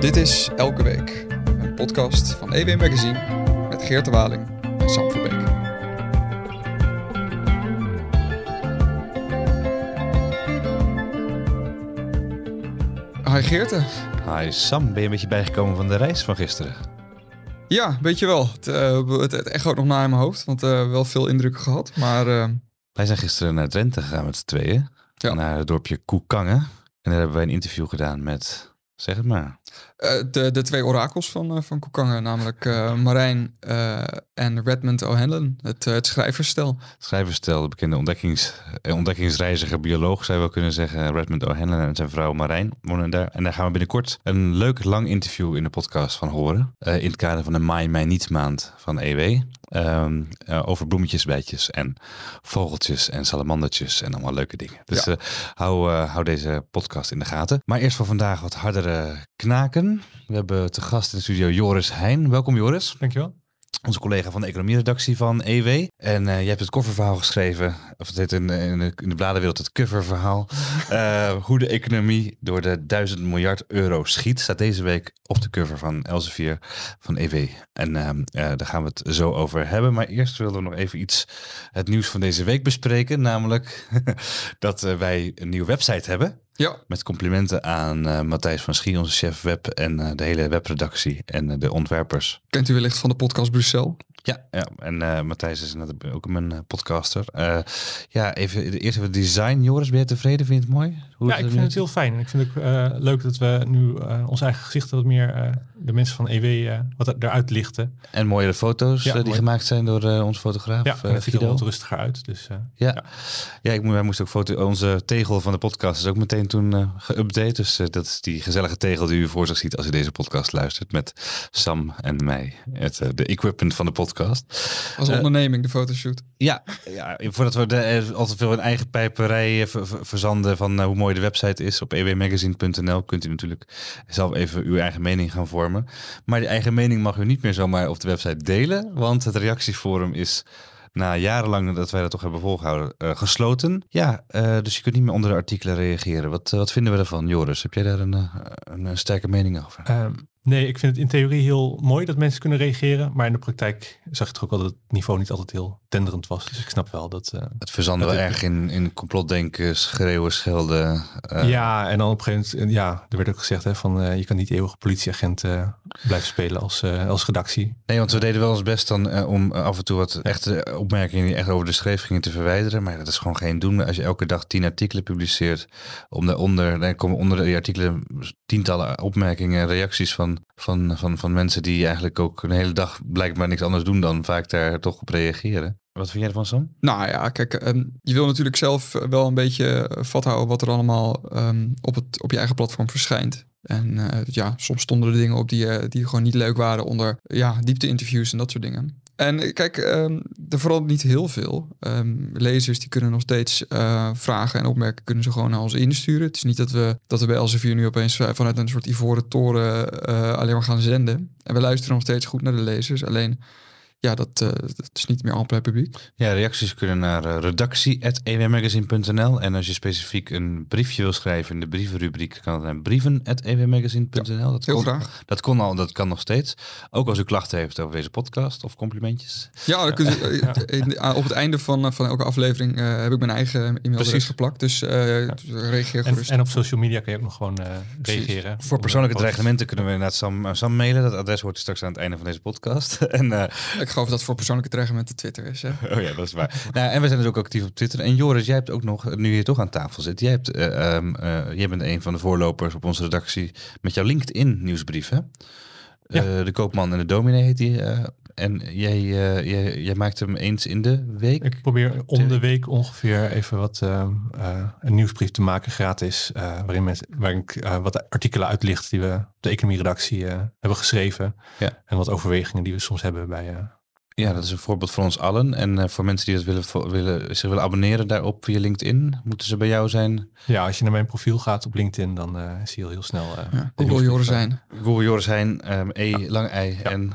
Dit is Elke Week, een podcast van EW Magazine met Geert de Waling en Sam Verbeek. Hi Geerte. Hi Sam, ben je een beetje bijgekomen van de reis van gisteren? Ja, weet je wel. Het echoot nog na in mijn hoofd, want wel veel indrukken gehad. Maar Wij zijn gisteren naar Drenthe gegaan met z'n tweeën, naar het dorpje Koekangen. En daar hebben wij een interview gedaan met, zeg het maar. De twee orakels van Koekangen, namelijk Marijn en Redmond O'Hanlon, het schrijverstel. Het schrijverstel, de bekende ontdekkingsreiziger, bioloog zou je wel kunnen zeggen. Redmond O'Hanlon en zijn vrouw Marijn wonen daar. En daar gaan we binnenkort een leuk lang interview in de podcast van horen. In het kader van de Maai Mij Niet maand van EW. Over bloemetjes, bijtjes en vogeltjes en salamandertjes en allemaal leuke dingen. Dus hou deze podcast in de gaten. Maar eerst voor vandaag wat hardere knaken. We hebben te gast in de studio Joris Heijn. Welkom Joris. Dankjewel. Onze collega van de economieredactie van EW. En je hebt het coververhaal geschreven. Of het heet in de bladenwereld het coververhaal. Hoe de economie door de 1000 miljard euro schiet. Staat deze week op de cover van Elsevier van EW. En daar gaan we het zo over hebben. Maar eerst willen we nog even het nieuws van deze week bespreken. Namelijk dat wij een nieuwe website hebben. Ja. Met complimenten aan Matthijs van Schie, onze chef web en de hele webredactie en de ontwerpers. Kent u wellicht van de podcast Bruxelles? Ja, en Matthijs is inderdaad ook mijn podcaster. Eerst even het design. Joris, ben je tevreden? Vind je het mooi? Ik vind het heel fijn. Ik vind het ook leuk dat we nu ons eigen gezichten wat meer de mensen van EW wat eruit lichten. En mooiere foto's die gemaakt zijn door onze fotograaf. Ja, het ziet er wat rustiger uit. Dus, wij moesten ook onze tegel van de podcast is ook meteen toen geüpdate. Dus dat is die gezellige tegel die u voor zich ziet als u deze podcast luistert. Met Sam en mij. De equipment van de podcast. Als onderneming, de fotoshoot. Ja, voordat we altijd veel een eigen pijperij verzanden van hoe mooi de website is. Op ewmagazine.nl kunt u natuurlijk zelf even uw eigen mening gaan vormen. Maar die eigen mening mag u niet meer zomaar op de website delen. Want het reactieforum is na jarenlang dat wij dat toch hebben volgehouden gesloten. Ja, dus je kunt niet meer onder de artikelen reageren. Wat vinden we daarvan, Joris? Heb jij daar een sterke mening over? Nee, ik vind het in theorie heel mooi dat mensen kunnen reageren. Maar in de praktijk zag je toch ook wel dat het niveau niet altijd heel tenderend was. Dus ik snap wel dat... het verzandde wel erg in complotdenken, schreeuwen, schelden. Ja, en dan op een gegeven moment... er werd ook gezegd van je kan niet eeuwig politieagent blijven spelen als redactie. Nee, want we deden wel ons best dan om af en toe wat echte opmerkingen die echt over de schreef gingen te verwijderen. Maar dat is gewoon geen doen. Als je elke dag 10 artikelen publiceert, dan komen onder die artikelen tientallen opmerkingen en reacties van mensen die eigenlijk ook een hele dag blijkbaar niks anders doen dan vaak daar toch op reageren. Wat vind jij ervan, Sam? Nou ja, kijk, je wil natuurlijk zelf wel een beetje vathouden wat er allemaal op je eigen platform verschijnt. En soms stonden er dingen op die gewoon niet leuk waren onder diepte-interviews en dat soort dingen. En kijk, er verandert niet heel veel. Lezers die kunnen nog steeds vragen en opmerken kunnen ze gewoon naar ons insturen. Het is niet dat we bij Elsevier nu opeens vanuit een soort ivoren toren alleen maar gaan zenden. En we luisteren nog steeds goed naar de lezers. Alleen, dat is niet meer amper publiek. Ja, reacties kunnen naar redactie@ewmagazine.nl. En als je specifiek een briefje wil schrijven in de brievenrubriek, kan het naar brieven@ewmagazine.nl. Heel graag. Dat kan nog steeds. Ook als u klachten heeft over deze podcast of complimentjes. Ja, dan kunt u, op het einde van elke aflevering heb ik mijn eigen e-mailadres geplakt. Dus reageer gerust. En op social media kun je ook nog gewoon reageren. Voor persoonlijke dreigementen kunnen we inderdaad Sam mailen. Dat adres hoort straks aan het einde van deze podcast. Ik geloof dat voor persoonlijke dreigementen Twitter is. Hè? Oh ja, dat is waar. En we zijn dus ook actief op Twitter. En Joris, jij hebt ook nog, nu je toch aan tafel zit, jij bent een van de voorlopers op onze redactie met jouw LinkedIn nieuwsbrief, hè? De Koopman en de Dominee heet die. En jij maakt hem eens in de week? Ik probeer om de week ongeveer even een nieuwsbrief te maken, gratis. Waarin ik wat artikelen uitlicht die we op de economieredactie hebben geschreven. Ja. En wat overwegingen die we soms hebben bij... Ja, dat is een voorbeeld voor ons allen. En voor mensen die dat zich willen abonneren daarop via LinkedIn, moeten ze bij jou zijn? Ja, als je naar mijn profiel gaat op LinkedIn, dan zie je heel snel... Google Joris Heijn. Google Joris Heijn, lange ei en...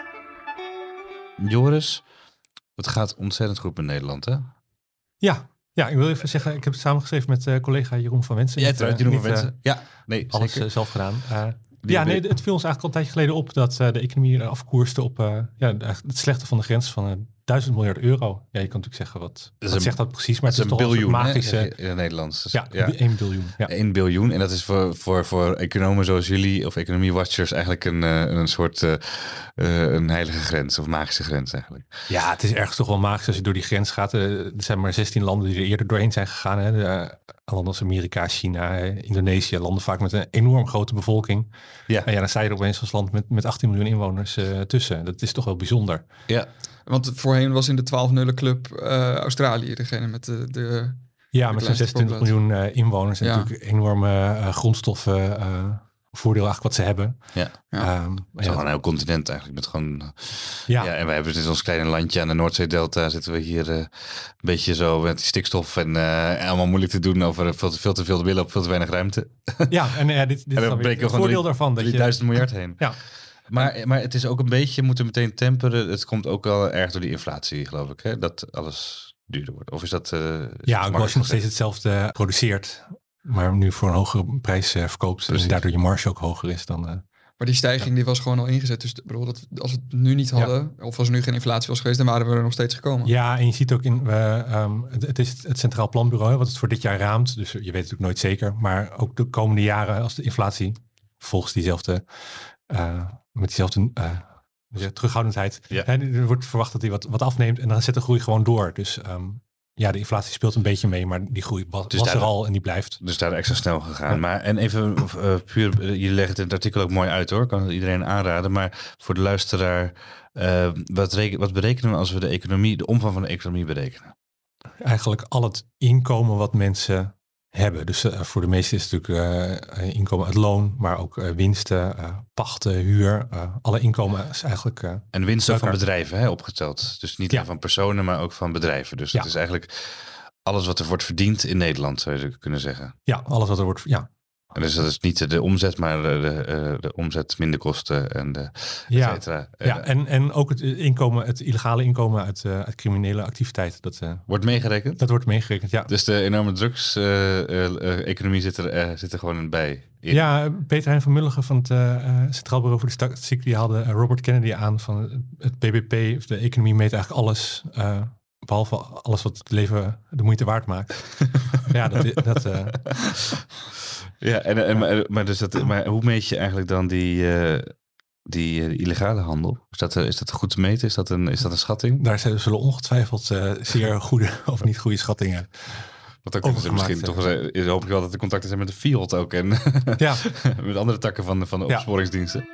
Joris, het gaat ontzettend goed met Nederland, hè? Ja, Ja, ik wil even zeggen, ik heb het samengeschreven met collega Jeroen van Wensen. Jij trouwens, Jeroen van niet, Wensen. Ja, nee, alles zeker. zelf gedaan. Het viel ons eigenlijk al een tijdje geleden op dat de economie afkoerste op het slechte van de grens van 1000 miljard euro. Ja, je kan natuurlijk zeggen, wat zegt dat precies? Maar het is toch een biljoen, magische... in het Nederlands. Dus, ja, 1 biljoen. Ja. 1 biljoen. En dat is voor economen zoals jullie of economie-watchers eigenlijk een soort een heilige grens of magische grens eigenlijk. Ja, het is ergens toch wel magisch als je door die grens gaat. Er zijn maar 16 landen die er eerder doorheen zijn gegaan. Hè. Landen als Amerika, China, Indonesië, landen vaak met een enorm grote bevolking. Ja. En dan sta je er opeens als land met 18 miljoen inwoners tussen. Dat is toch wel bijzonder. Ja. Want voorheen was in de 12-0 club Australië degene met de ja, met zijn 26 miljoen inwoners. En natuurlijk enorme grondstoffen voordeel eigenlijk wat ze hebben. Ja. Het is gewoon een heel continent eigenlijk. Met gewoon, en wij hebben dus ons kleine landje aan de Noordzeedelta. Zitten we hier een beetje zo met die stikstof en allemaal moeilijk te doen over veel te veel willen op veel te weinig ruimte. Ja, en dit is dan weer het voordeel daarvan. 3000 miljard heen. Ja. Maar het is ook een beetje, moeten meteen temperen. Het komt ook wel erg door die inflatie, geloof ik. Hè? Dat alles duurder wordt. Of is dat... ook als je nog steeds hetzelfde produceert, maar nu voor een hogere prijs verkoopt. En daardoor je marge ook hoger is dan... Maar die stijging die was gewoon al ingezet. Dus bedoel, als we het nu niet hadden, of als er nu geen inflatie was geweest, dan waren we er nog steeds gekomen. Ja, en je ziet ook het is het Centraal Planbureau, wat het voor dit jaar raamt. Dus je weet het natuurlijk nooit zeker. Maar ook de komende jaren, als de inflatie volgens diezelfde... met diezelfde terughoudendheid. Ja. Er wordt verwacht dat hij wat afneemt en dan zet de groei gewoon door. Dus de inflatie speelt een beetje mee, maar die groei was er al en die blijft. Dus daar extra snel gegaan. Ja. Maar en even puur, je legt het in het artikel ook mooi uit hoor, kan het iedereen aanraden. Maar voor de luisteraar, wat berekenen we als we de omvang van de economie berekenen? Eigenlijk al het inkomen wat mensen hebben. Dus voor de meesten is het natuurlijk inkomen uit loon, maar ook winsten, pachten, huur. Alle inkomen is eigenlijk... en winst ook van bedrijven opgeteld. Dus niet alleen van personen, maar ook van bedrijven. Dus het is eigenlijk alles wat er wordt verdiend in Nederland, zou je kunnen zeggen. Ja, alles wat er wordt... Ja. En dus dat is niet de omzet, maar de omzet minder kosten en et cetera. En ook het inkomen, het illegale inkomen uit criminele activiteiten. Dat wordt meegerekend? Dat wordt meegerekend, ja. Dus de enorme drugs-economie zit er gewoon bij. Ja, Peter Hein van Mulligen van het Centraal Bureau voor de Statistiek, die haalde Robert Kennedy aan van het BBP, of de economie meet eigenlijk alles, behalve alles wat het leven de moeite waard maakt. Ja, maar hoe meet je eigenlijk dan die illegale handel? Is dat goed te meten? Is dat een schatting? Daar zullen ongetwijfeld zeer goede of niet goede schattingen. Want dan kunnen ze misschien hoop ik wel dat er contacten zijn met de FIOD ook en met andere takken van de opsporingsdiensten.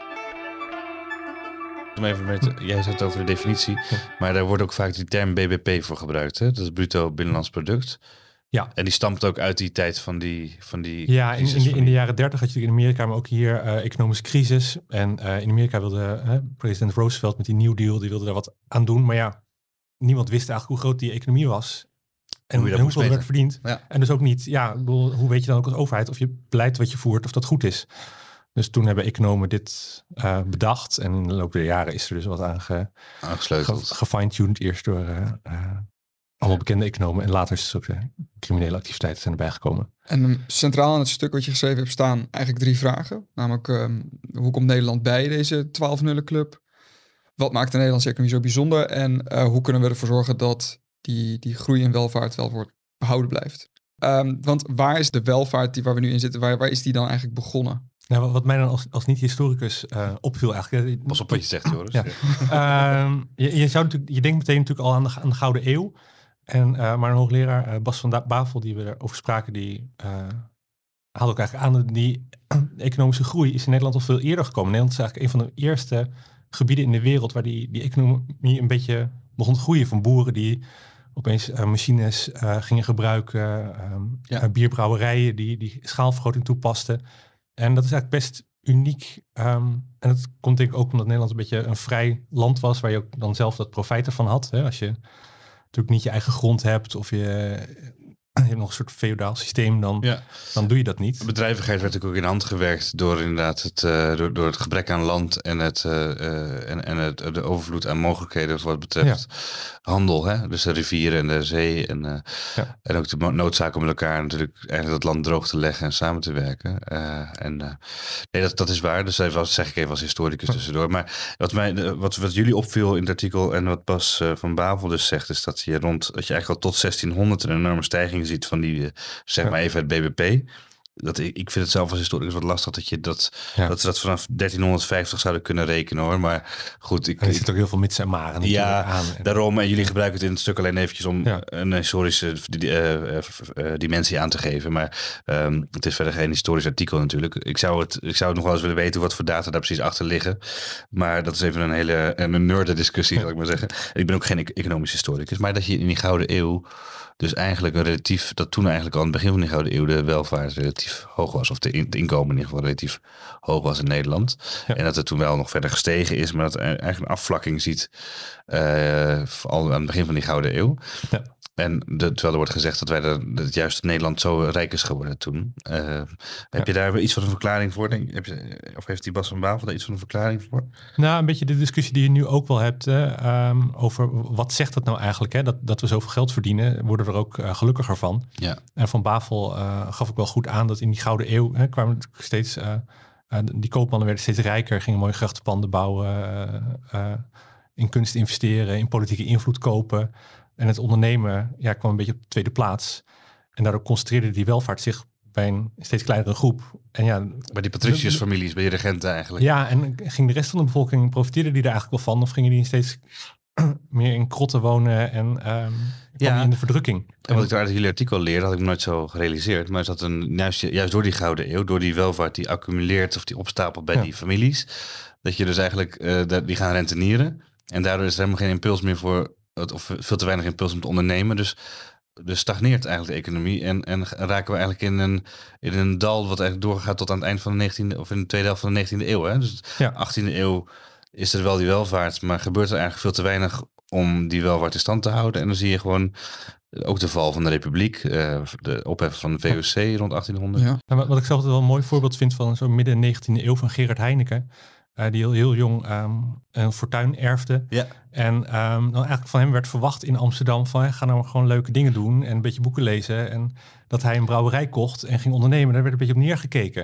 Jij zat over de definitie, maar daar wordt ook vaak die term BBP voor gebruikt. Hè? Dat is bruto binnenlands product. Ja. En die stamt ook uit die tijd van die ja, in de jaren 30 had je in Amerika, maar ook hier economische crisis. En in Amerika wilde president Roosevelt met die New Deal, die wilde daar wat aan doen. Maar ja, niemand wist eigenlijk hoe groot die economie was. En hoeveel er werd verdiend. Ja. En dus ook niet, hoe weet je dan ook als overheid of je beleid wat je voert, of dat goed is. Dus toen hebben economen dit bedacht. En in de loop der jaren is er dus wat aangesleuteld. Gefine-tuned eerst door allemaal bekende economen. En later is het ook criminele activiteiten zijn erbij gekomen. En centraal in het stuk wat je geschreven hebt staan eigenlijk 3 vragen. Namelijk, hoe komt Nederland bij deze 12-0 club? Wat maakt de Nederlandse economie zo bijzonder? En hoe kunnen we ervoor zorgen dat die groei en welvaart wel behouden blijft? Want waar is de welvaart waar we nu in zitten, waar is die dan eigenlijk begonnen? Nou, wat mij dan als niet-historicus opviel eigenlijk... Pas op wat je zegt, Joris. Ja. Je denkt meteen natuurlijk al aan de Gouden Eeuw. Maar een hoogleraar, Bas van Bavel, die we erover spraken, die haalde ook eigenlijk aan die economische groei is in Nederland al veel eerder gekomen. Nederland is eigenlijk een van de eerste gebieden in de wereld waar die economie een beetje begon te groeien. Van boeren die opeens machines gingen gebruiken, bierbrouwerijen die schaalvergroting toepasten. En dat is eigenlijk best uniek. En dat komt denk ik ook omdat Nederland een beetje een vrij land was, waar je ook dan zelf dat profijt ervan had. Hè? Als je natuurlijk niet je eigen grond hebt of je je hebt nog een soort feodaal systeem, dan doe je dat niet. De bedrijvigheid werd natuurlijk ook in hand gewerkt door inderdaad door het gebrek aan land en de overvloed aan mogelijkheden voor wat betreft handel. Hè? Dus de rivieren en de zee en ook de noodzaak om met elkaar natuurlijk eigenlijk dat land droog te leggen en samen te werken. Nee, dat is waar. Dus dat zeg ik even als historicus tussendoor. Maar wat jullie opviel in het artikel en wat Bas van Bavel dus zegt, is dat je eigenlijk al tot 1600 een enorme stijging ziet van die, zeg maar even het BBP. Ik vind het zelf als historicus wat lastig dat ze dat vanaf 1350 zouden kunnen rekenen, hoor. Maar goed, er zit ook heel veel mits en maren aan. Daarom. En jullie gebruiken het in het stuk alleen eventjes om een historische dimensie aan te geven. Maar het is verder geen historisch artikel natuurlijk. Ik zou het nog wel eens willen weten wat voor data daar precies achter liggen. Maar dat is even een nerde discussie, zal ik maar zeggen. Ik ben ook geen economisch historicus. Maar dat je in die Gouden Eeuw dus eigenlijk dat toen eigenlijk al aan het begin van die Gouden Eeuw de welvaart relatief hoog was. Of het inkomen in ieder geval relatief hoog was in Nederland. Ja. En dat het toen wel nog verder gestegen is. Maar dat eigenlijk een afvlakking ziet al aan het begin van die Gouden Eeuw. Ja. En terwijl er wordt gezegd dat juist Nederland zo rijk is geworden toen. Heb je daar iets van een verklaring voor? Of heeft die Bas van Bavel daar iets van een verklaring voor? Nou, een beetje de discussie die je nu ook wel hebt over wat zegt dat nou eigenlijk? Hè? Dat we zoveel geld verdienen, worden we er ook gelukkiger van. Ja. En Van Bavel gaf ook wel goed aan dat in die Gouden Eeuw kwamen steeds die koopmannen werden steeds rijker, gingen mooie grachtenpanden bouwen, in kunst investeren, in politieke invloed kopen. En het ondernemen kwam een beetje op de tweede plaats. En daardoor concentreerde die welvaart zich bij een steeds kleinere groep. En bij die patriciërsfamilies, bij de regenten eigenlijk. Ja, en ging de rest van de bevolking, profiteerde die er eigenlijk wel van? Of gingen die steeds meer in krotten wonen en kwam die in de verdrukking? En wat ik uit jullie artikel leerde, had ik me nooit zo gerealiseerd. Maar is dat juist door die Gouden Eeuw, door die welvaart die accumuleert of die opstapelt bij die families, dat je dus eigenlijk, die gaan rentenieren. En daardoor is er helemaal geen impuls meer of veel te weinig impuls om te ondernemen. Dus stagneert eigenlijk de economie en raken we eigenlijk in een dal wat eigenlijk doorgaat tot aan het eind van de 19e of in de tweede helft van de 19e eeuw. Hè? Dus de 18e eeuw is er wel die welvaart, maar gebeurt er eigenlijk veel te weinig om die welvaart in stand te houden. En dan zie je gewoon ook de val van de Republiek, de ophef van de VOC rond 1800. Ja. Nou, wat ik zelf wel een mooi voorbeeld vind van zo'n midden 19e eeuw van Gerard Heineken. Die heel jong een fortuin erfde. Ja. En dan eigenlijk van hem werd verwacht in Amsterdam van ga nou gewoon leuke dingen doen en een beetje boeken lezen. En dat hij een brouwerij kocht en ging ondernemen. Daar werd een beetje op neergekeken.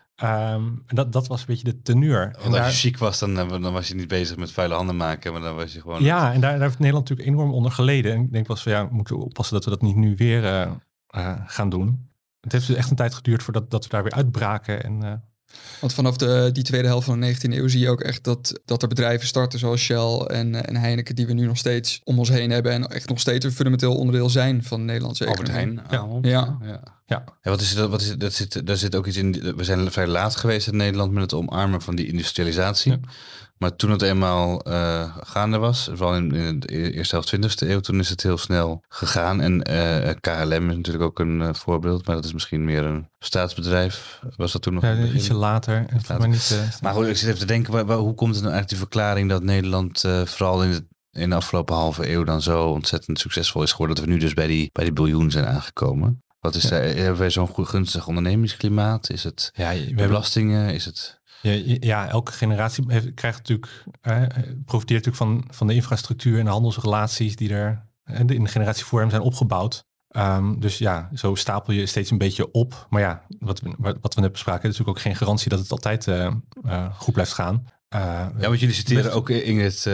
Dat was een beetje de teneur. En als je chic was, dan was je niet bezig met vuile handen maken. Maar dan was je gewoon... Ja, en daar heeft Nederland natuurlijk enorm onder geleden. En ik denk wel eens van we moeten oppassen dat we dat niet nu weer gaan doen. Het heeft dus echt een tijd geduurd voordat we daar weer uitbraken en... Want vanaf die tweede helft van de 19e eeuw zie je ook echt dat er bedrijven starten zoals Shell en Heineken, die we nu nog steeds om ons heen hebben en echt nog steeds een fundamenteel onderdeel zijn van de Nederlandse economie. Albert Heijn. Ja. Wat is het? Daar zit ook iets in. We zijn vrij laat geweest in Nederland met het omarmen van die industrialisatie. Ja. Maar toen het eenmaal gaande was, vooral in de eerste helft 20e eeuw, toen is het heel snel gegaan. En KLM is natuurlijk ook een voorbeeld, maar dat is misschien meer een staatsbedrijf. Was dat toen nog? Ja, ietsje later. Maar goed, ik zit even te denken, hoe komt het nou eigenlijk die verklaring dat Nederland vooral in de afgelopen halve eeuw dan zo ontzettend succesvol is geworden, dat we nu dus bij die biljoen zijn aangekomen? Wat is daar? Hebben wij zo'n gunstig ondernemingsklimaat? Is het belastingen? Is het... Ja, elke generatie profiteert natuurlijk van de infrastructuur en de handelsrelaties die er in de generatie voor hem zijn opgebouwd. Dus zo stapel je steeds een beetje op. Maar ja, wat we net bespraken, is natuurlijk ook geen garantie dat het altijd goed blijft gaan. Want jullie citeren ook Ingrid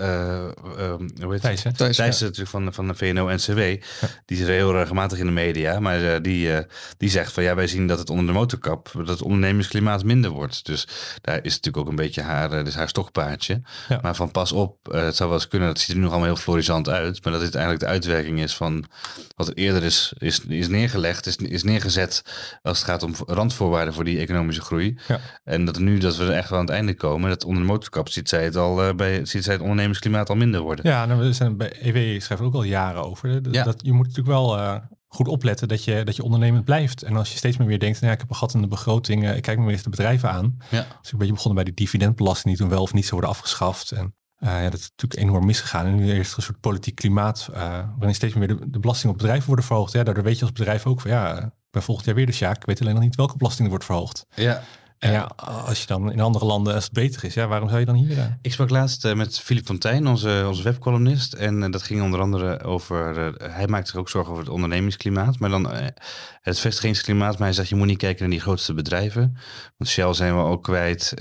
Thijssen natuurlijk van de VNO-NCW. Ja. Die is heel regelmatig in de media. Maar die zegt van wij zien dat het onder de motorkap, dat het ondernemingsklimaat minder wordt. Dus daar is natuurlijk ook een beetje haar stokpaardje. Ja. Maar van pas op, het zou wel eens kunnen, dat ziet er nu nog allemaal heel florisant uit. Maar dat dit eigenlijk de uitwerking is van wat er eerder is neergelegd, is neergezet als het gaat om randvoorwaarden voor die economische groei. Ja. En dat we er echt wel aan het einde komen. Dat onder de motorkap ziet zij het ondernemingsklimaat al minder worden. Ja, we zijn bij EW schrijven ook al jaren over. Dat je moet natuurlijk wel goed opletten dat je ondernemend blijft. En als je steeds meer weer denkt, ik heb een gat in de begroting, ik kijk me weer eens de bedrijven aan. Ja. Dus ik ben beetje begonnen bij die dividendbelasting die toen wel of niet zou worden afgeschaft. En dat is natuurlijk enorm misgegaan. En nu is er een soort politiek klimaat waarin steeds meer de belasting op bedrijven worden verhoogd. Ja, daardoor weet je als bedrijf ook van ik ben volgend jaar weer de Sjaak. Ik weet alleen nog niet welke belasting er wordt verhoogd. Ja. En als je dan in andere landen, als het beter is, waarom zou je dan hier... Ik sprak laatst met Philip Fontijn, onze webcolumnist. En dat ging onder andere over... hij maakt zich ook zorgen over het ondernemingsklimaat. Maar dan het vestigingsklimaat. Maar hij zegt, je moet niet kijken naar die grootste bedrijven. Want Shell zijn we ook kwijt.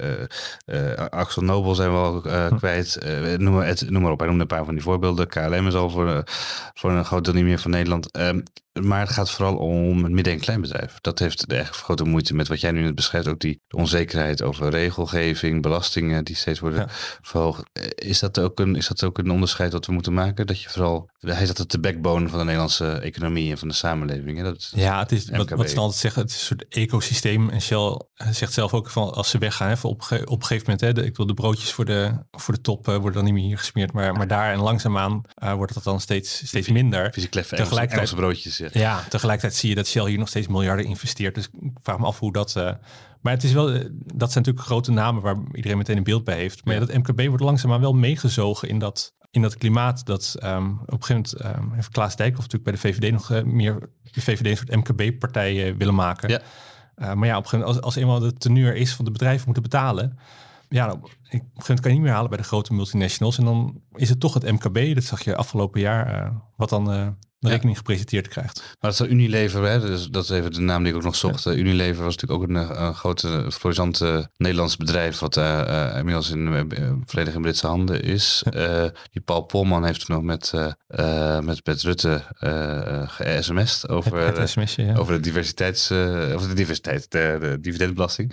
Axel Nobel zijn we al kwijt. Noem maar op. Hij noemde een paar van die voorbeelden. KLM is al voor een groot deel niet meer van Nederland. Maar het gaat vooral om het midden- en kleinbedrijf. Dat heeft de echt grote moeite met wat jij nu net beschrijft. Ook die onzekerheid over regelgeving, belastingen die steeds worden verhoogd. Is dat ook een onderscheid wat we moeten maken? Dat je vooral... Hij zegt het de backbone van de Nederlandse economie en van de samenleving. Hè? Het is wat ze altijd zeggen. Het is een soort ecosysteem. En Shell zegt zelf ook van als ze weggaan. Op een gegeven moment, ik wil de broodjes voor de top worden dan niet meer hier gesmeerd. Maar daar en langzaamaan wordt dat dan steeds minder. Tegelijkertijd Engelse broodjes. Ja, tegelijkertijd zie je dat Shell hier nog steeds miljarden investeert. Dus ik vraag me af hoe dat... maar het is wel, dat zijn natuurlijk grote namen waar iedereen meteen een beeld bij heeft. Maar dat MKB wordt langzaamaan wel meegezogen in dat klimaat. Dat op een gegeven moment heeft Klaas Dijkhoff natuurlijk bij de VVD nog meer de VVD een soort MKB-partij willen maken. Ja. Maar op een gegeven moment, als eenmaal de teneur is van de bedrijven moeten betalen... Ja, op een gegeven moment kan je niet meer halen bij de grote multinationals. En dan is het toch het MKB, dat zag je afgelopen jaar, wat dan de rekening gepresenteerd krijgt. Maar dat is Unilever, hè? Dus dat is even de naam die ik ook nog zocht. Unilever was natuurlijk ook een grote, florissante Nederlands bedrijf, wat inmiddels volledig in Britse handen is. Die Paul Polman heeft nog met Rutte ge-sms'd over, over de diversiteit, de dividendbelasting.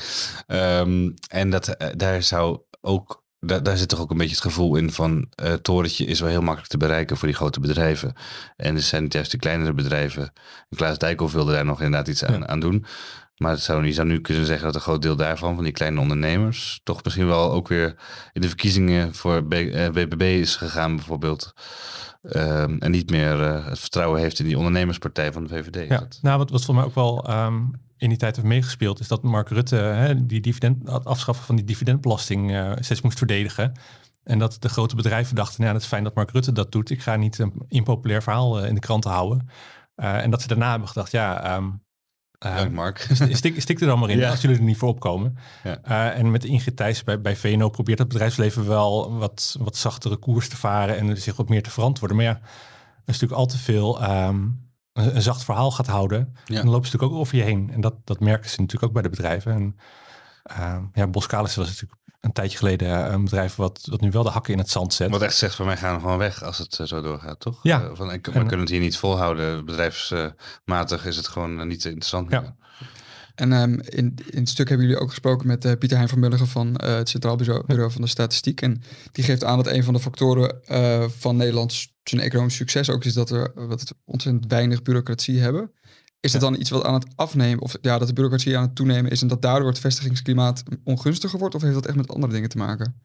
En daar zou ook... Daar zit toch ook een beetje het gevoel in van torentje is wel heel makkelijk te bereiken voor die grote bedrijven. En er zijn juist de kleinere bedrijven. En Klaas Dijkhoff wilde daar nog inderdaad iets aan doen. Maar je zou nu kunnen zeggen dat een groot deel daarvan, van die kleine ondernemers, toch misschien wel ook weer in de verkiezingen voor BBB is gegaan bijvoorbeeld. En niet meer het vertrouwen heeft in die ondernemerspartij van de VVD. Ja, wat voor mij ook wel... in die tijd heeft meegespeeld, is dat Mark Rutte het afschaffen van die dividendbelasting steeds moest verdedigen. En dat de grote bedrijven dachten, het is fijn dat Mark Rutte dat doet. Ik ga niet een impopulair verhaal in de kranten houden. En dat ze daarna hebben gedacht, dank Mark. Stik er dan maar in, als jullie er niet voor opkomen. Ja. En met Ingrid Thijs bij VNO probeert het bedrijfsleven wel wat zachtere koers te varen en zich wat meer te verantwoorden. Maar er is natuurlijk al te veel... een zacht verhaal gaat houden. En dan lopen ze natuurlijk ook over je heen. En dat merken ze natuurlijk ook bij de bedrijven. En Boskalis was natuurlijk een tijdje geleden een bedrijf wat nu wel de hakken in het zand zet. Wat echt zegt van mij gaan gewoon weg als het zo doorgaat, toch? Ja. We kunnen het hier niet volhouden. Bedrijfsmatig is het gewoon niet interessant meer. Ja. En in het stuk hebben jullie ook gesproken met Pieter Hein van Mulligen van het Centraal Bureau van de Statistiek. En die geeft aan dat een van de factoren van Nederlands zijn economisch succes ook is dat we ontzettend weinig bureaucratie hebben. Is dat dan iets wat aan het afnemen, of dat de bureaucratie aan het toenemen is en dat daardoor het vestigingsklimaat ongunstiger wordt? Of heeft dat echt met andere dingen te maken?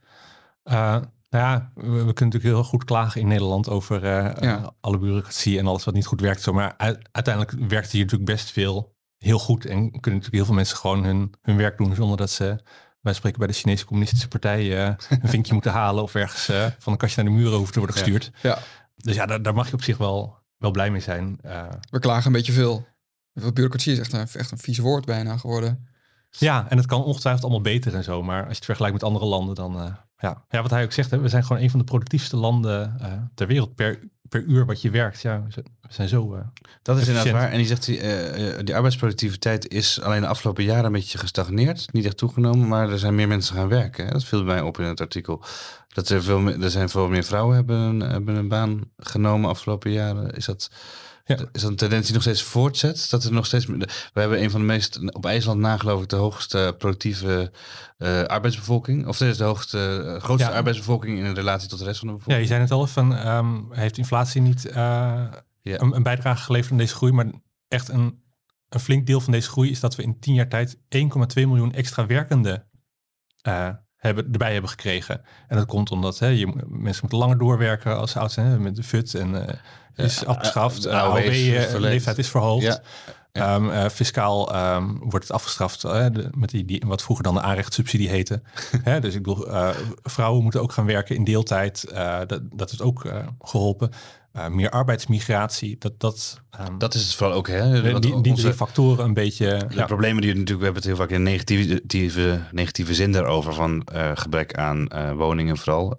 We kunnen natuurlijk heel goed klagen in Nederland over alle bureaucratie en alles wat niet goed werkt. Zo, maar uiteindelijk werkt hier natuurlijk best veel heel goed en kunnen natuurlijk heel veel mensen gewoon hun werk doen zonder dat ze, wij spreken bij de Chinese Communistische Partij, een vinkje moeten halen of ergens van een kastje naar de muren hoeven te worden gestuurd. Ja. Dus daar mag je op zich wel blij mee zijn. We klagen een beetje veel. Bureaucratie is echt een vies woord bijna geworden. Ja, en het kan ongetwijfeld allemaal beter en zo. Maar als je het vergelijkt met andere landen, dan... wat hij ook zegt, we zijn gewoon een van de productiefste landen ter wereld per uur wat je werkt. Ja, we zijn zo dat is inderdaad waar. En die zegt, die arbeidsproductiviteit is alleen de afgelopen jaren een beetje gestagneerd. Niet echt toegenomen, maar er zijn meer mensen gaan werken. Hè? Dat viel mij op in het artikel. Dat er zijn veel meer vrouwen hebben een baan genomen afgelopen jaren. Is dat een tendens die nog steeds voortzet? Dat er nog steeds... We hebben een van de meest, op IJsland na geloof ik, de hoogste productieve arbeidsbevolking. Of de grootste arbeidsbevolking in relatie tot de rest van de bevolking. Ja, je zei het al even, heeft inflatie niet een bijdrage geleverd aan deze groei, maar echt een flink deel van deze groei is dat we in 10 jaar tijd 1,2 miljoen extra werkenden erbij hebben gekregen. En dat komt omdat mensen moeten langer doorwerken als ze oud zijn. Met de FUT en is afgeschaft. De AOW-leeftijd is verhoogd. Ja. Fiscaal wordt het afgestraft met die wat vroeger dan de aanrechtssubsidie heette. Dus ik bedoel, vrouwen moeten ook gaan werken in deeltijd. Dat is ook geholpen. Meer arbeidsmigratie. Dat is het vooral ook. Hè? Die factoren een beetje... De problemen die we hebben het heel vaak in negatieve zin daarover. Van gebrek aan woningen vooral.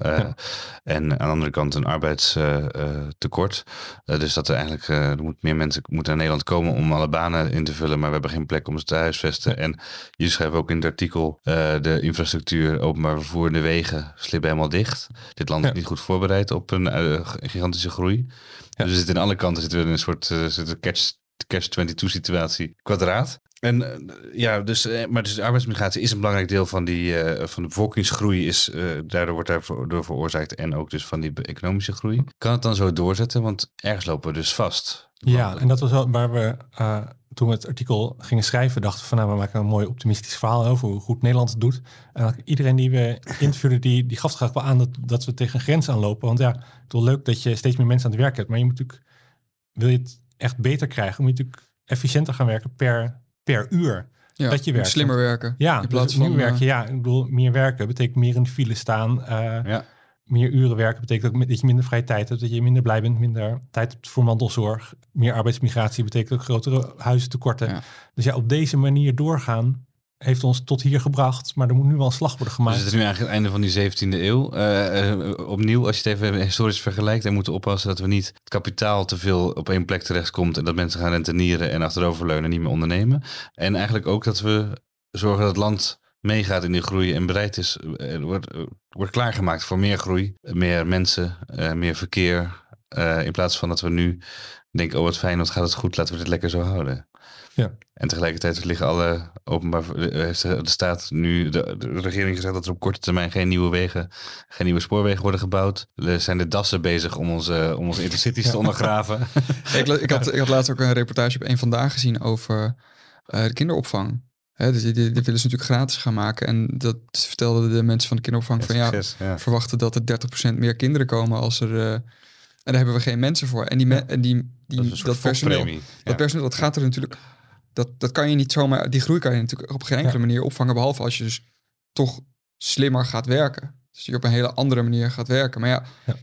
En aan de andere kant een arbeidstekort. Dus dat er eigenlijk meer mensen moeten naar Nederland komen om alle banen in te vullen. Maar we hebben geen plek om ze te huisvesten. En je schrijft ook in het artikel de infrastructuur, openbaar vervoer en de wegen slippen helemaal dicht. Dit land is niet goed voorbereid op een gigantische groei. Ja. Dus we zitten aan alle kanten in een soort catch-22 situatie kwadraat. En maar dus de arbeidsmigratie is een belangrijk deel van van de bevolkingsgroei daardoor wordt daardoor veroorzaakt en ook dus van die economische groei. Kan het dan zo doorzetten? Want ergens lopen we dus vast. Ja, en dat was wel waar we toen we het artikel gingen schrijven dachten van we maken een mooi optimistisch verhaal over hoe goed Nederland het doet. En iedereen die we interviewden die gaf graag wel aan dat we tegen een grens aanlopen. Want het is wel leuk dat je steeds meer mensen aan het werk hebt, maar je moet natuurlijk, wil je het echt beter krijgen, moet je natuurlijk efficiënter gaan werken per uur dat je werkt. Slimmer werken. Ja, in plaats van werken. Ik bedoel, meer werken betekent meer in de file staan. Meer uren werken betekent ook dat je minder vrije tijd hebt, dat je minder blij bent, minder tijd hebt voor mantelzorg. Meer arbeidsmigratie betekent ook grotere huizentekorten. Ja. Dus op deze manier doorgaan heeft ons tot hier gebracht, maar er moet nu wel een slag worden gemaakt. Dus het is nu eigenlijk het einde van die 17e eeuw. Opnieuw, als je het even historisch vergelijkt, en moeten oppassen dat we niet het kapitaal te veel op één plek terechtkomt en dat mensen gaan rentenieren en achteroverleunen en niet meer ondernemen. En eigenlijk ook dat we zorgen dat het land meegaat in die groei en bereid is, wordt klaargemaakt voor meer groei, meer mensen, meer verkeer. In plaats van dat we nu denken, wat fijn, wat gaat het goed, laten we dit lekker zo houden. Ja. En tegelijkertijd liggen alle heeft de staat nu, de regering gezegd dat er op korte termijn geen nieuwe spoorwegen worden gebouwd. Er zijn de dassen bezig om onze intercities te ondergraven. Ik had laatst ook een reportage op Eén Vandaag gezien over de kinderopvang. Dus die willen ze natuurlijk gratis gaan maken. En dat vertelden de mensen van de kinderopvang verwachten dat er 30% meer kinderen komen als er... en daar hebben we geen mensen voor. En dat personeel, dat gaat er natuurlijk... Dat kan je niet zomaar... Die groei kan je natuurlijk op geen enkele manier opvangen, behalve als je dus toch slimmer gaat werken. Dus je op een hele andere manier gaat werken. Maar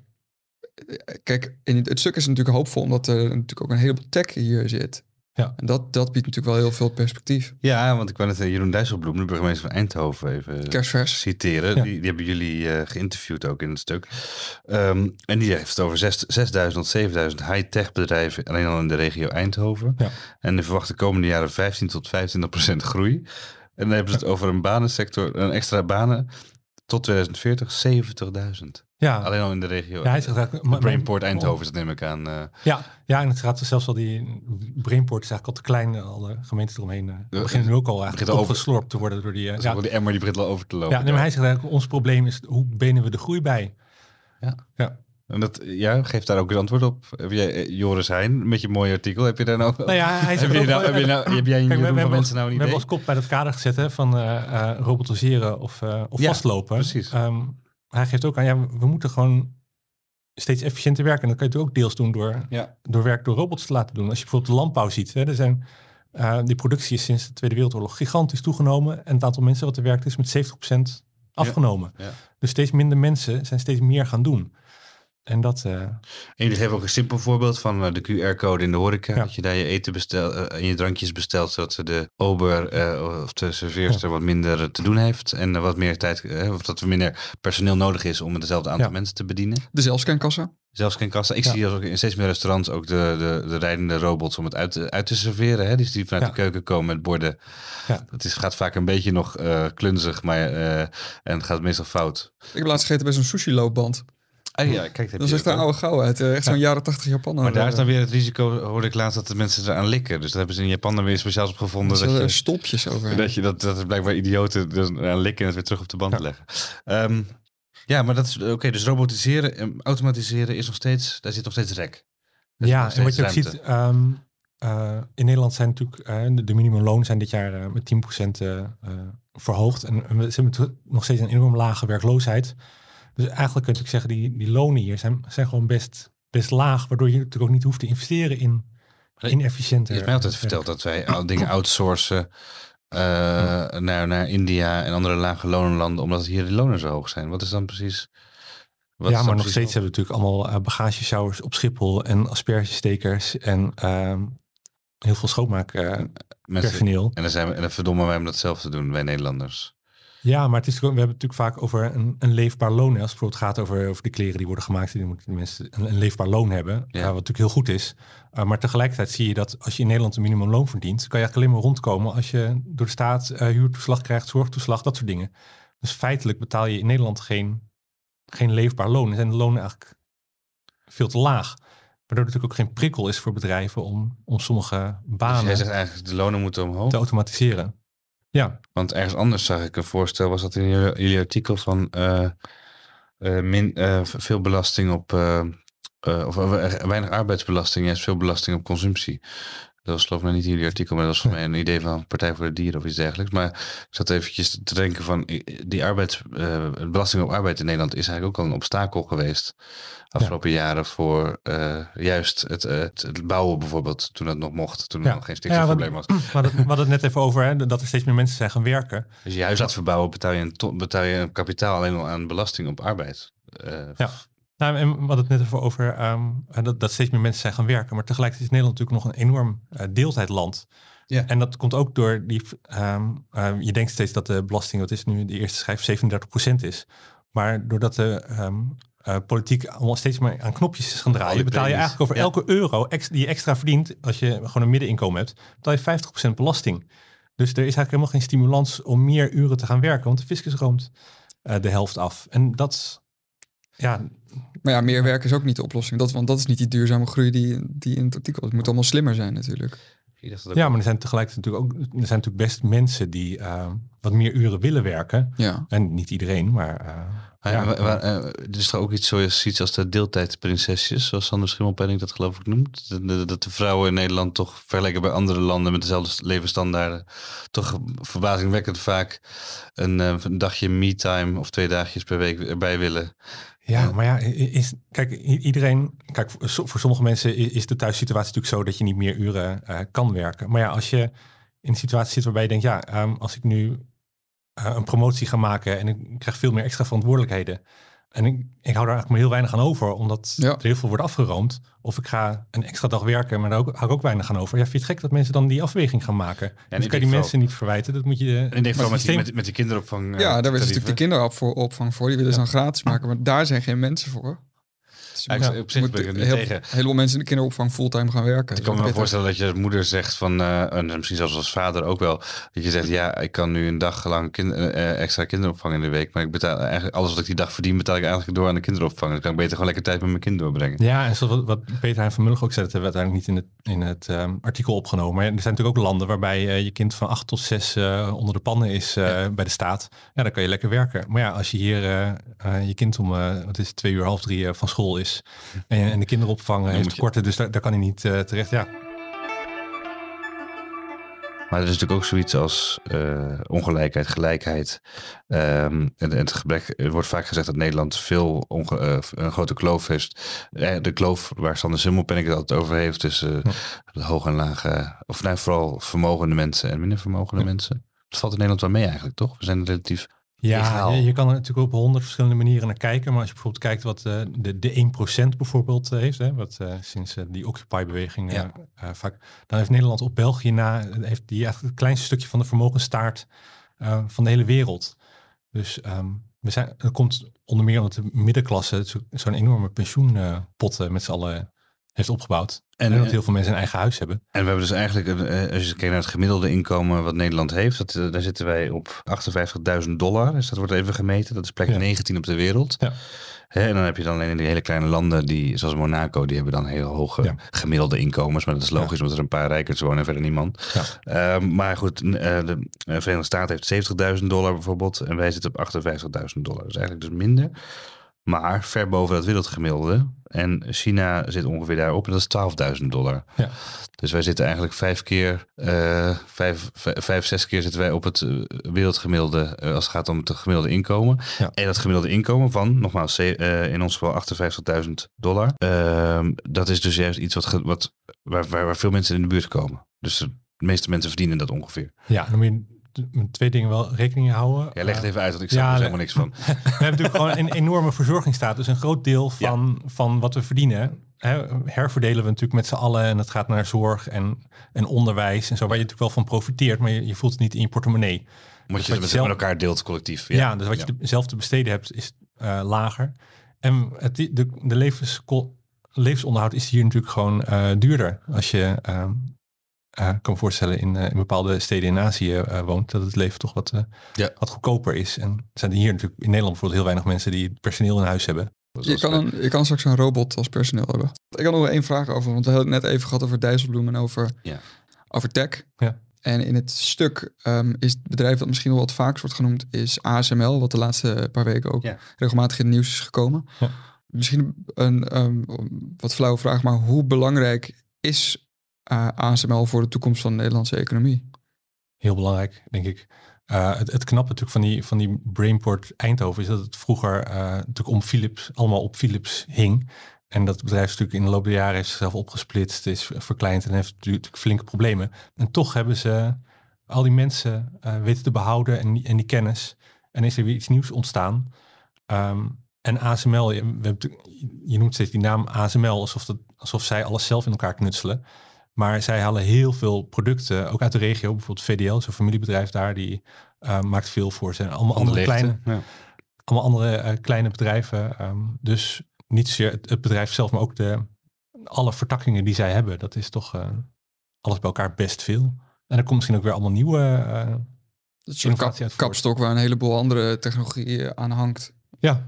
kijk, het stuk is natuurlijk hoopvol, omdat er natuurlijk ook een heleboel tech hier zit. Ja. En dat biedt natuurlijk wel heel veel perspectief. Ja, want ik wou net Jeroen Dijsselbloem, de burgemeester van Eindhoven, even citeren. Ja. Die hebben jullie geïnterviewd ook in het stuk. En die heeft het over 6.000 tot 7.000 high-tech bedrijven alleen al in de regio Eindhoven. Ja. En die verwachten de komende jaren 15 tot 25% groei. En dan hebben ze het over een banensector, een extra banen tot 2040, 70.000. Ja. Alleen al in de regio. Ja, hij zegt Brainport Eindhoven, dat neem ik aan. En het gaat zelfs al die Brainport is eigenlijk al te klein. Alle gemeenten eromheen beginnen nu ook al eigenlijk overgeslorpt te worden door die. Die emmer die begint al over te lopen. Ja, maar hij zegt eigenlijk, ons probleem is hoe benen we de groei bij? Ja. En dat, geeft daar ook het antwoord op. Heb jij, Joris Heijn, met je mooie artikel, heb je daar nou... Nou ja, hij zegt heb jij van mensen nou een idee? We hebben als kop bij dat kader gezet van robotiseren of vastlopen. Precies. Hij geeft ook aan, we moeten gewoon steeds efficiënter werken. En dat kan je ook deels doen door werk door robots te laten doen. Als je bijvoorbeeld de landbouw ziet, er zijn, die productie is sinds de Tweede Wereldoorlog gigantisch toegenomen. En het aantal mensen wat er werkt is met 70% afgenomen. Ja. Dus steeds minder mensen zijn steeds meer gaan doen. En jullie geven ook een simpel voorbeeld van de QR-code in de horeca. Ja. Dat je daar je eten bestelt en je drankjes bestelt, zodat de ober of de serveerster wat minder te doen heeft. En wat meer tijd, of dat er minder personeel nodig is om hetzelfde aantal mensen te bedienen. De zelfscankassa. Ik zie ook in steeds meer restaurants ook de rijdende robots om het uit te serveren. Hè? Die vanuit de keuken komen met borden. Ja. Gaat vaak een beetje nog klunzig, maar en het gaat meestal fout. Ik heb laatst gegeten bij zo'n sushi-loopband. Kijk, dat is echt een oude gauw uit. Echt zo'n jaren 80 Japan. Maar daar is dan weer het risico, hoorde ik laatst, dat de mensen eraan likken. Dus dat hebben ze in Japan dan weer speciaals op gevonden. Dat je stopjes over. Dat er blijkbaar idioten aan likken en het weer terug op de band leggen. Maar dat is oké. Dus robotiseren en automatiseren is nog steeds, daar zit nog steeds rek. En wat je ook ziet, in Nederland zijn natuurlijk de minimumloon zijn dit jaar met 10% verhoogd. En we hebben nog steeds een enorm lage werkloosheid. Dus eigenlijk kun je zeggen, die lonen hier zijn gewoon best laag. Waardoor je natuurlijk ook niet hoeft te investeren in efficiënter. Je hebt mij altijd verteld dat wij dingen outsourcen naar India en andere lage lonenlanden, omdat hier de lonen zo hoog zijn. Wat is dan precies... maar nog steeds hebben we natuurlijk allemaal bagagesjouwers op Schiphol en aspergestekers en heel veel schoonmaakpersoneel. En dan verdommen wij om dat zelf te doen, wij Nederlanders. Ja, maar we hebben het natuurlijk vaak over een leefbaar loon. Als het bijvoorbeeld gaat over de kleren die worden gemaakt, die moeten de mensen een leefbaar loon hebben. Wat natuurlijk heel goed is. Maar tegelijkertijd zie je dat als je in Nederland een minimumloon verdient, kan je eigenlijk alleen maar rondkomen als je door de staat huurtoeslag krijgt, zorgtoeslag, dat soort dingen. Dus feitelijk betaal je in Nederland geen leefbaar loon. Dan zijn de lonen eigenlijk veel te laag. Waardoor er natuurlijk ook geen prikkel is voor bedrijven om sommige banen... Dus jij zegt eigenlijk de lonen moeten omhoog? ...te automatiseren. Ja. Want ergens anders zag ik een voorstel, was dat in jullie artikel van veel belasting op... of weinig arbeidsbelasting, juist veel belasting op consumptie. Dat was geloof ik niet in jullie artikel, maar dat was voor mij een idee van Partij voor de Dieren of iets dergelijks. Maar ik zat eventjes te denken van die belasting op arbeid in Nederland is eigenlijk ook al een obstakel geweest afgelopen jaren voor juist het bouwen bijvoorbeeld, toen dat nog mocht, toen er nog geen stikstofprobleem was. We hadden het net even over dat er steeds meer mensen zijn gaan werken. Als je huis laat verbouwen, betaal je een kapitaal alleen al aan belasting op arbeid. Nou, en we hadden het net even over dat steeds meer mensen zijn gaan werken. Maar tegelijkertijd is Nederland natuurlijk nog een enorm deeltijdland. Ja. En dat komt ook door je denkt steeds dat de belasting, wat is nu de eerste schijf, 37% is. Maar doordat de politiek allemaal steeds meer aan knopjes is gaan draaien, betaal je eigenlijk over elke euro die je extra verdient, als je gewoon een middeninkomen hebt, betaal je 50% belasting. Dus er is eigenlijk helemaal geen stimulans om meer uren te gaan werken, want de fiscus roomt de helft af. En dat... Ja. Maar ja, meer werken is ook niet de oplossing. Want dat is niet die duurzame groei die in het artikel is. Het moet allemaal slimmer zijn natuurlijk. Ja, maar er zijn tegelijkertijd natuurlijk best mensen die wat meer uren willen werken. Ja. En niet iedereen, maar... Er is toch ook iets als de deeltijdprinsesjes, zoals Sander Schimmelpenninck dat geloof ik noemt. Dat de vrouwen in Nederland toch vergeleken bij andere landen met dezelfde levensstandaarden toch verbazingwekkend vaak een dagje me-time of 2 dagjes per week erbij willen. Ja, maar ja, voor sommige mensen is de thuissituatie natuurlijk zo dat je niet meer uren kan werken. Maar ja, als je in een situatie zit waarbij je denkt, als ik nu een promotie ga maken en ik krijg veel meer extra verantwoordelijkheden. En ik hou daar eigenlijk maar heel weinig aan over, omdat er heel veel wordt afgeroomd. Of ik ga een extra dag werken, maar daar hou ik ook weinig aan over. Ja, vind je het gek dat mensen dan die afweging gaan maken? Ja, dus kan je die mensen niet verwijten. Dat moet je... En ik denk vooral met de kinderopvang. Ja, daar is natuurlijk de kinderopvang voor. Die willen ze dan gratis maken, maar daar zijn geen mensen voor. Dus op zich ben ik er niet tegen. Helemaal mensen in de kinderopvang fulltime gaan werken. Ik kan me voorstellen dat je als moeder zegt van, en misschien zelfs als vader ook wel, dat je zegt, ik kan nu een dag lang extra kinderopvang in de week, maar ik betaal eigenlijk alles wat ik die dag verdien, betaal ik eigenlijk door aan de kinderopvang. Dan kan ik beter gewoon lekker tijd met mijn kind doorbrengen. Ja, en zoals wat Peter Hein van Mullig ook zei, dat hebben we uiteindelijk niet in het artikel opgenomen. Maar er zijn natuurlijk ook landen waarbij je kind van 8 tot 6 onder de pannen is bij de staat. Ja, dan kan je lekker werken. Maar ja, als je hier je kind om 2:30 van school is, en de kinderopvang heeft tekorten, dus daar kan hij niet terecht. Ja. Maar er is natuurlijk ook zoiets als ongelijkheid, gelijkheid. En het gebrek. Er wordt vaak gezegd dat Nederland een grote kloof heeft. De kloof waar Sander Schimmelpenninck het altijd over heeft tussen de hoge en lage, of vooral vermogende mensen en minder vermogende mensen. Dat valt in Nederland wel mee eigenlijk, toch? We zijn relatief. Ja, je kan er natuurlijk op 100 verschillende manieren naar kijken. Maar als je bijvoorbeeld kijkt wat de 1% bijvoorbeeld heeft, wat sinds die Occupy-beweging vaak, dan heeft Nederland op België heeft die eigenlijk het kleinste stukje van de vermogensstaart van de hele wereld. Dus dat komt onder meer omdat de middenklasse zo'n enorme pensioenpot met z'n allen heeft opgebouwd. En dat heel veel mensen een eigen huis hebben. En we hebben dus eigenlijk, als je kijkt naar het gemiddelde inkomen wat Nederland heeft, daar zitten wij op $58.000. Dus dat wordt even gemeten. Dat is plek 19 op de wereld. Ja. En dan heb je dan alleen in die hele kleine landen, zoals Monaco, die hebben dan heel hoge gemiddelde inkomens. Maar dat is logisch, omdat er een paar rijkers wonen en verder niemand. Ja. Maar goed, de Verenigde Staten heeft $70.000 bijvoorbeeld. En wij zitten op $58.000. Dat is eigenlijk dus minder. maar ver boven dat wereldgemiddelde. En China zit ongeveer daarop en dat is $12.000. Ja. Dus wij zitten eigenlijk 6 keer zitten wij op het wereldgemiddelde als het gaat om het gemiddelde inkomen. Ja. En dat gemiddelde inkomen van, nogmaals, in ons geval $58.000. Dat is dus juist iets waar veel mensen in de buurt komen. Dus de meeste mensen verdienen dat ongeveer. Ja, dan moet je met 2 dingen wel rekening houden. Ja, leg het even uit, want ik snap er helemaal niks van. We hebben natuurlijk gewoon een enorme verzorgingsstaat. Dus een groot deel van wat we verdienen, herverdelen we natuurlijk met z'n allen. En dat gaat naar zorg en onderwijs en zo, waar je natuurlijk wel van profiteert, maar je voelt het niet in je portemonnee. Omdat je het met elkaar deelt collectief. Ja, dus wat je zelf te besteden hebt is lager. En de levensonderhoud is hier natuurlijk gewoon duurder. Als je kan me voorstellen in bepaalde steden in Azië woont, dat het leven toch wat goedkoper is. En er zijn hier natuurlijk in Nederland bijvoorbeeld heel weinig mensen die personeel in huis hebben. Je kan straks een robot als personeel hebben. Ik had nog 1 vraag over, want we hadden het net even gehad over Dijsselbloem en over tech. Ja. En in het stuk is het bedrijf dat misschien wel wat vaakst wordt genoemd, is ASML, wat de laatste paar weken ook regelmatig in het nieuws is gekomen. Ja. Misschien een wat flauwe vraag, maar hoe belangrijk is ASML voor de toekomst van de Nederlandse economie? Heel belangrijk, denk ik. Het knappe natuurlijk van die Brainport Eindhoven is dat het vroeger natuurlijk allemaal op Philips hing. En dat bedrijf is natuurlijk in de loop der jaren heeft zichzelf opgesplitst, is verkleind en heeft natuurlijk flinke problemen. En toch hebben ze al die mensen weten te behouden en die kennis. En is er weer iets nieuws ontstaan. En ASML, je noemt steeds die naam ASML alsof zij alles zelf in elkaar knutselen. Maar zij halen heel veel producten, ook uit de regio. Bijvoorbeeld VDL, zo'n familiebedrijf daar, die maakt veel voor ze. Allemaal andere kleine bedrijven. Dus niet zozeer het bedrijf zelf, maar ook alle vertakkingen die zij hebben. Dat is toch alles bij elkaar best veel. En er komt misschien ook weer allemaal nieuwe dat is een kapstok waar een heleboel andere technologie aan hangt. Ja.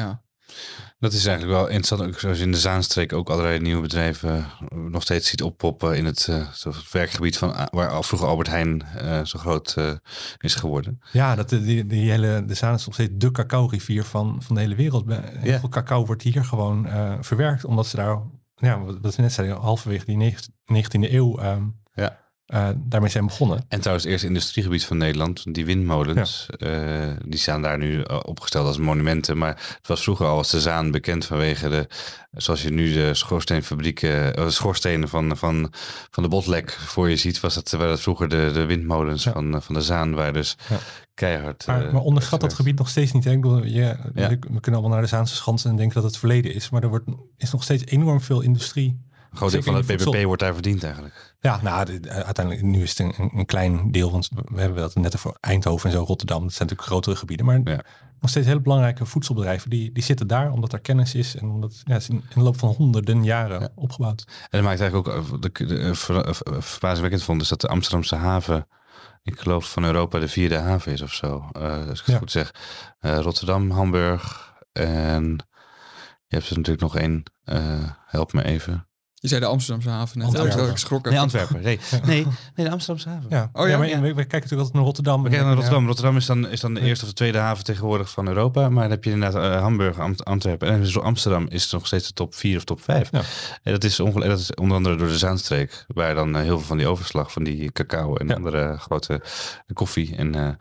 Dat is eigenlijk wel interessant. Ook zoals in de Zaanstreek ook allerlei nieuwe bedrijven nog steeds ziet oppoppen in het werkgebied van waar vroeger Albert Heijn zo groot is geworden. Ja, de Zaan is nog steeds de cacao-rivier van de hele wereld. Heel veel cacao wordt hier gewoon verwerkt, omdat ze daar, wat we net zeiden, halverwege die 19e eeuw daarmee zijn begonnen. En trouwens, het eerste industriegebied van Nederland, die windmolens, die staan daar nu opgesteld als monumenten. Maar het was vroeger al als de Zaan bekend vanwege zoals je nu de schoorsteenfabrieken, schoorstenen van de Botlek voor je ziet, waren dat vroeger de windmolens van de Zaan, waar dus keihard... Maar onderschat dat gebied nog steeds niet. Hè? Ik bedoel, we kunnen allemaal naar de Zaanse Schansen en denken dat het verleden is. Maar is nog steeds enorm veel industrie. Een groot deel van het PPP wordt daar verdiend eigenlijk. Ja, uiteindelijk nu is het een klein deel. Want we hebben dat net over Eindhoven en zo, Rotterdam. Dat zijn natuurlijk grotere gebieden. Maar nog steeds hele belangrijke voedselbedrijven. Die zitten daar omdat er kennis is. En omdat is in de loop van honderden jaren opgebouwd. En dat maakt eigenlijk ook verbazingwekkend vond. Is dat de Amsterdamse haven, ik geloof van Europa, de 4e haven is of zo. Als ik het goed zeg. Rotterdam, Hamburg en je hebt er natuurlijk nog 1. Help me even. Je zei de Amsterdamse haven net. Antwerpen. Nee, de Amsterdamse haven. Ja. We kijken natuurlijk altijd naar Rotterdam. We kijken naar Rotterdam. Rotterdam is dan de eerste of de tweede haven tegenwoordig van Europa. Maar dan heb je inderdaad Hamburg, Antwerpen. En zo Amsterdam is nog steeds de top 4 of top 5. Ja. En dat is onder andere door de Zaanstreek. Waar dan heel veel van die overslag van die cacao en andere grote koffie. En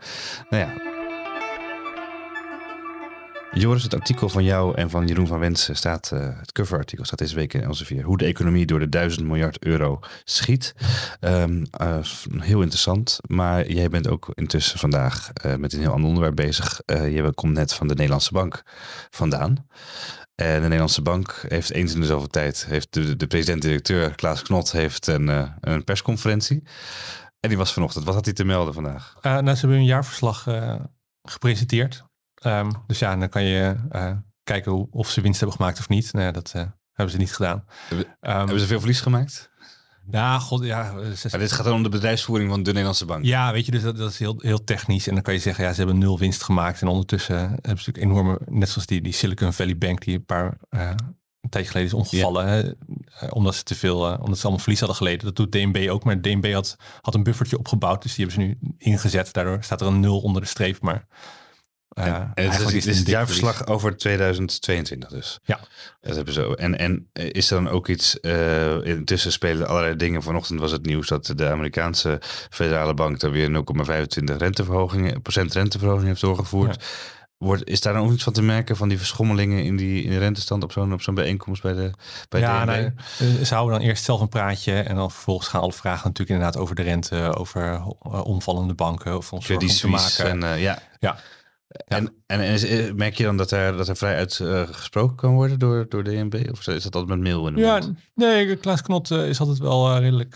Joris, het artikel van jou en van Jeroen van Wensen staat, het coverartikel staat deze week in Elsevier. Hoe de economie door de €1000 miljard schiet. Heel interessant, maar jij bent ook intussen vandaag met een heel ander onderwerp bezig. Je komt net van de Nederlandse Bank vandaan. En de Nederlandse Bank heeft eens in de zoveel tijd, heeft de president-directeur Klaas Knot heeft een persconferentie. En die was vanochtend. Wat had hij te melden vandaag? Ze hebben een jaarverslag gepresenteerd. Dus dan kan je kijken of ze winst hebben gemaakt of niet. Dat hebben ze niet gedaan. Hebben ze veel verlies gemaakt? Ja, Maar dit gaat dan om de bedrijfsvoering van de Nederlandse Bank. Ja, weet je, dus dat is heel, heel technisch. En dan kan je zeggen, ze hebben 0 winst gemaakt. En ondertussen hebben ze natuurlijk enorme, net zoals die Silicon Valley Bank, die een tijdje geleden is omgevallen. Omdat ze omdat ze allemaal verlies hadden geleden. Dat doet DNB ook. Maar DNB had een buffertje opgebouwd. Dus die hebben ze nu ingezet. Daardoor staat er een 0 onder de streep. Maar Het is het jaarverslag over 2022 dus. Ja. Dat hebben ze. En is er dan ook iets... intussen spelen allerlei dingen. Vanochtend was het nieuws dat de Amerikaanse federale bank... daar weer 0,25% renteverhoging heeft doorgevoerd. Ja. Is daar dan ook iets van te merken van die verschommelingen in de rentestand op zo'n bijeenkomst bij DNB? Nee, ze houden dan eerst zelf een praatje en dan vervolgens gaan alle vragen natuurlijk inderdaad over de rente, over omvallende banken of ons zorgen te maken. Ja. En merk je dan dat er vrij uit gesproken kan worden door DNB? Of is dat altijd met mail in de mond? Nee, Klaas Knot is altijd wel redelijk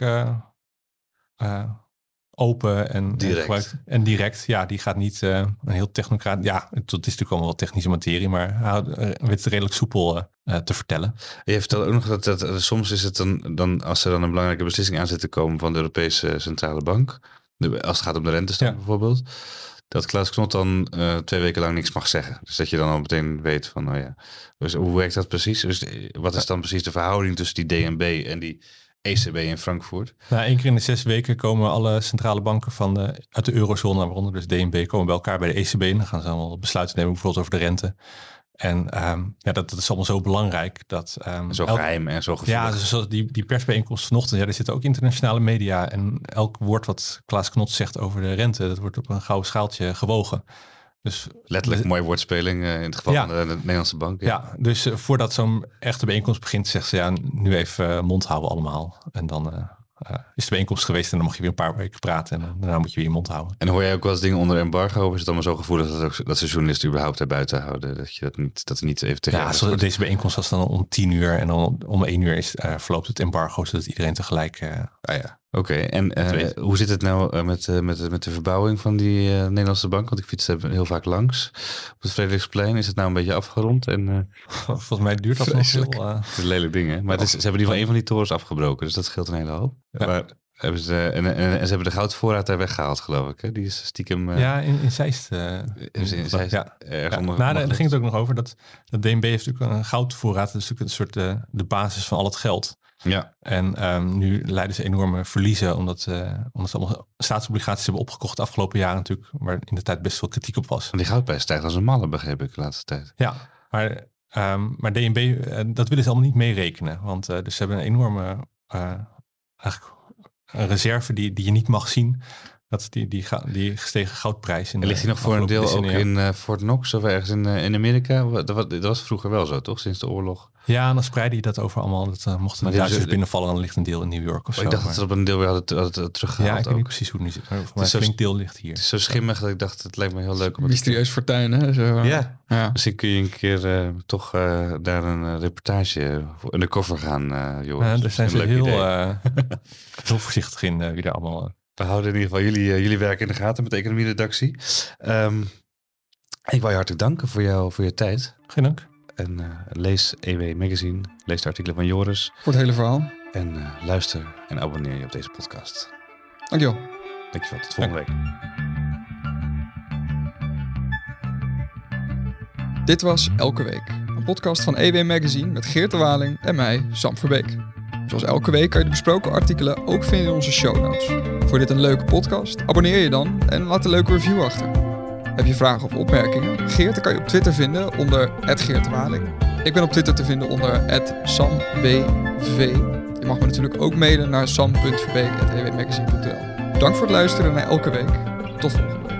open en direct. Ja, die gaat niet een heel technocraat. Ja, het is natuurlijk allemaal wat technische materie, maar hij weet het redelijk soepel te vertellen. Je vertelt ook nog dat soms is het dan als er dan een belangrijke beslissing aan zit te komen van de Europese Centrale Bank, als het gaat om de rentestand bijvoorbeeld, dat Klaas Knot dan 2 weken lang niks mag zeggen. Dus dat je dan al meteen weet van, dus hoe werkt dat precies? Dus wat is dan precies de verhouding tussen die DNB en die ECB in Frankfurt? 1 keer in de 6 weken komen alle centrale banken uit de eurozone, waaronder dus DNB, komen bij elkaar bij de ECB. En dan gaan ze allemaal besluiten nemen, bijvoorbeeld over de rente. En dat is allemaal zo belangrijk. Zo geheim en zo gevoelig. Ja, dus zoals die persbijeenkomst vanochtend. Ja, er zitten ook internationale media. En elk woord wat Klaas Knot zegt over de rente, dat wordt op een gouden schaaltje gewogen. Dus letterlijk mooie woordspeling in het geval van de Nederlandse bank. Ja, dus voordat zo'n echte bijeenkomst begint, zegt ze nu even mond houden allemaal. En dan is de bijeenkomst geweest en dan mag je weer een paar weken praten en daarna moet je weer je mond houden. En hoor jij ook wel eens dingen onder embargo? Of is het allemaal zo gevoelig dat ze journalisten überhaupt daarbuiten houden? Dat er niet even tegen deze bijeenkomst was dan om 10:00 en dan om 1:00 verloopt het embargo, zodat iedereen tegelijk... Oké, en hoe zit het nou met de verbouwing van die Nederlandse bank? Want ik fiets er heel vaak langs op het Frederiksplein. Is het nou een beetje afgerond? Volgens mij duurt dat nog heel... Het is een lelijk ding, hè? Maar ze hebben in ieder geval een van die torens afgebroken. Dus dat scheelt een hele hoop. Ja. Maar hebben ze hebben de goudvoorraad daar weggehaald, geloof ik. Hè? Die is stiekem... in Zeist. Ergens onder... Daar ging het ook nog over. Dat DNB heeft natuurlijk een goudvoorraad. Dat is natuurlijk een soort de basis van al het geld. Ja. En nu leiden ze enorme verliezen, omdat ze allemaal staatsobligaties hebben opgekocht de afgelopen jaren natuurlijk, waar in de tijd best wel kritiek op was. En die goudprijs stijgt als een malle, begreep ik de laatste tijd. Ja, maar DNB, dat willen ze allemaal niet meerekenen, want dus ze hebben een enorme eigenlijk een reserve die je niet mag zien. Dat is die gestegen goudprijs. En ligt die nog voor een deel ook in Fort Knox of ergens in Amerika? Dat was vroeger wel zo, toch? Sinds de oorlog. Ja, en dan spreidde je dat over allemaal. Mochten de Duitsers binnenvallen, dan ligt een deel in New York of zo. Ik dacht dat ze op een deel weer hadden teruggehaald. Ja, ik weet niet precies hoe het nu zit. Maar een flink deel ligt hier. Het is zo schimmig dat ik dacht, het lijkt me heel leuk. Mysterieus fortuin, hè? Zo, ja. Misschien kun je een keer daar een reportage in de koffer gaan, Joris. Daar zijn ze heel voorzichtig in wie daar allemaal... We houden in ieder geval jullie werk in de gaten met de economie-redactie. Ik wil je hartelijk danken voor je tijd. Geen dank. En lees EW Magazine. Lees de artikelen van Joris. Voor het hele verhaal. En luister en abonneer je op deze podcast. Dankjewel. Dankjewel. Tot volgende week. Dit was Elke Week. Een podcast van EW Magazine met Geert de Waling en mij, Sam Verbeek. Zoals elke week kan je de besproken artikelen ook vinden in onze show notes. Vond je dit een leuke podcast? Abonneer je dan en laat een leuke review achter. Heb je vragen of opmerkingen? Geert kan je op Twitter vinden onder @GeertDeWaling. Ik ben op Twitter te vinden onder @SamWV. Je mag me natuurlijk ook mailen naar sam.verbeek@ewmagazine.nl. Dank voor het luisteren naar Elke Week. Tot volgende week.